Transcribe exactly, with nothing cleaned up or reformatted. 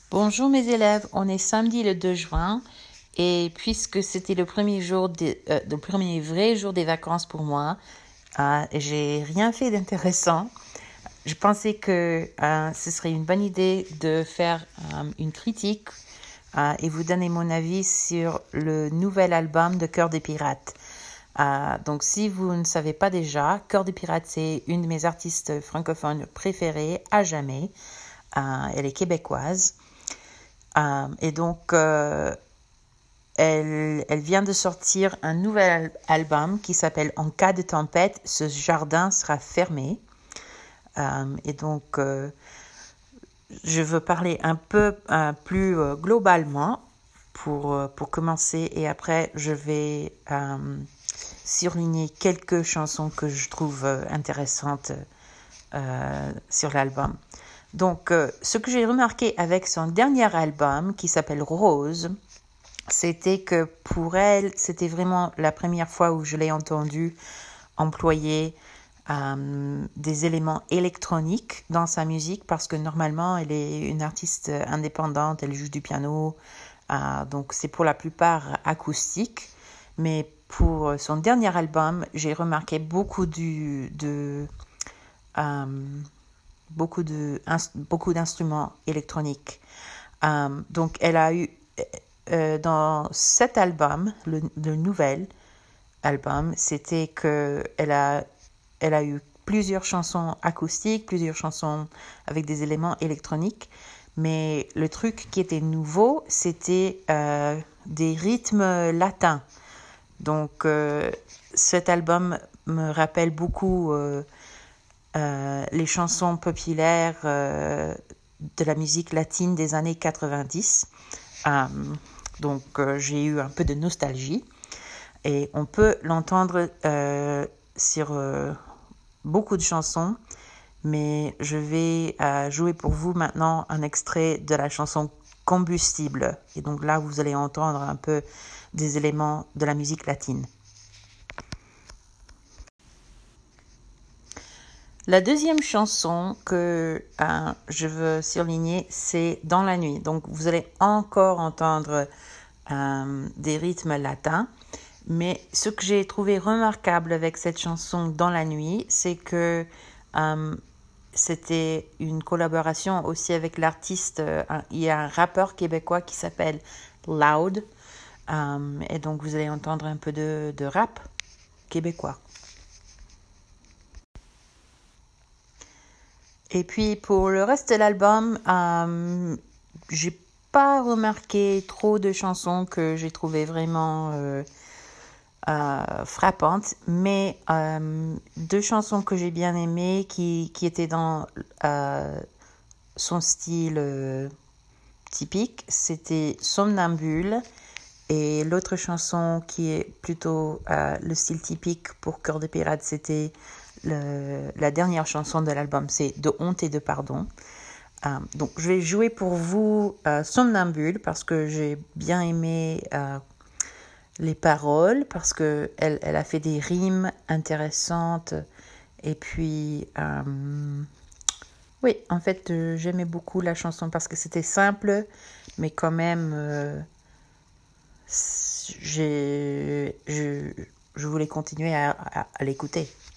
Bonjour mes élèves, on est samedi le deux juin et puisque c'était le premier jour, de, euh, le premier vrai jour des vacances pour moi, euh, j'ai rien fait d'intéressant. Je pensais que euh, ce serait une bonne idée de faire euh, une critique euh, et vous donner mon avis sur le nouvel album de Cœur des Pirates. Euh, donc si vous ne savez pas déjà, Cœur des Pirates c'est une de mes artistes francophones préférées à jamais. Euh, elle est québécoise. Euh, et donc, euh, elle, elle vient de sortir un nouvel album qui s'appelle En cas de tempête, ce jardin sera fermé. Euh, et donc, euh, je veux parler un peu euh, plus euh, globalement pour, euh, pour commencer. Et après, je vais euh, surligner quelques chansons que je trouve euh, intéressantes euh, sur l'album. Donc, euh, ce que j'ai remarqué avec son dernier album, qui s'appelle Rose, c'était que pour elle, c'était vraiment la première fois où je l'ai entendue employer euh, des éléments électroniques dans sa musique, parce que normalement, elle est une artiste indépendante, elle joue du piano, euh, donc c'est pour la plupart acoustique. Mais pour son dernier album, j'ai remarqué beaucoup du, de... Euh, beaucoup de beaucoup d'instruments électroniques. Euh, donc, elle a eu euh, dans cet album, le, le nouvel album, c'était que elle a elle a eu plusieurs chansons acoustiques, plusieurs chansons avec des éléments électroniques. Mais le truc qui était nouveau, c'était euh, des rythmes latins. Donc, euh, cet album me rappelle beaucoup euh, Euh, les chansons populaires euh, de la musique latine des années quatre-vingt-dix. Euh, donc, euh, j'ai eu un peu de nostalgie. Et on peut l'entendre euh, sur euh, beaucoup de chansons. Mais je vais euh, jouer pour vous maintenant un extrait de la chanson Combustible. Et donc là, vous allez entendre un peu des éléments de la musique latine. La deuxième chanson que euh, je veux surligner, c'est Dans la nuit. Donc, vous allez encore entendre euh, des rythmes latins. Mais ce que j'ai trouvé remarquable avec cette chanson Dans la nuit, c'est que euh, c'était une collaboration aussi avec l'artiste. Euh, il y a un rappeur québécois qui s'appelle Loud. Euh, et donc, vous allez entendre un peu de, de rap québécois. Et puis pour le reste de l'album, euh, j'ai pas remarqué trop de chansons que j'ai trouvées vraiment euh, euh, frappantes, mais euh, deux chansons que j'ai bien aimées qui, qui étaient dans euh, son style euh, typique, c'était Somnambule, et l'autre chanson qui est plutôt euh, le style typique pour Cœur de Pirate, c'était le, la dernière chanson de l'album, c'est De honte et de pardon. Euh, donc je vais jouer pour vous euh, Somnambule parce que j'ai bien aimé euh, les paroles, parce qu'elle elle a fait des rimes intéressantes. Et puis, euh, oui, en fait, euh, j'aimais beaucoup la chanson parce que c'était simple, mais quand même... Euh, J'ai, je, je voulais continuer à, à, à l'écouter.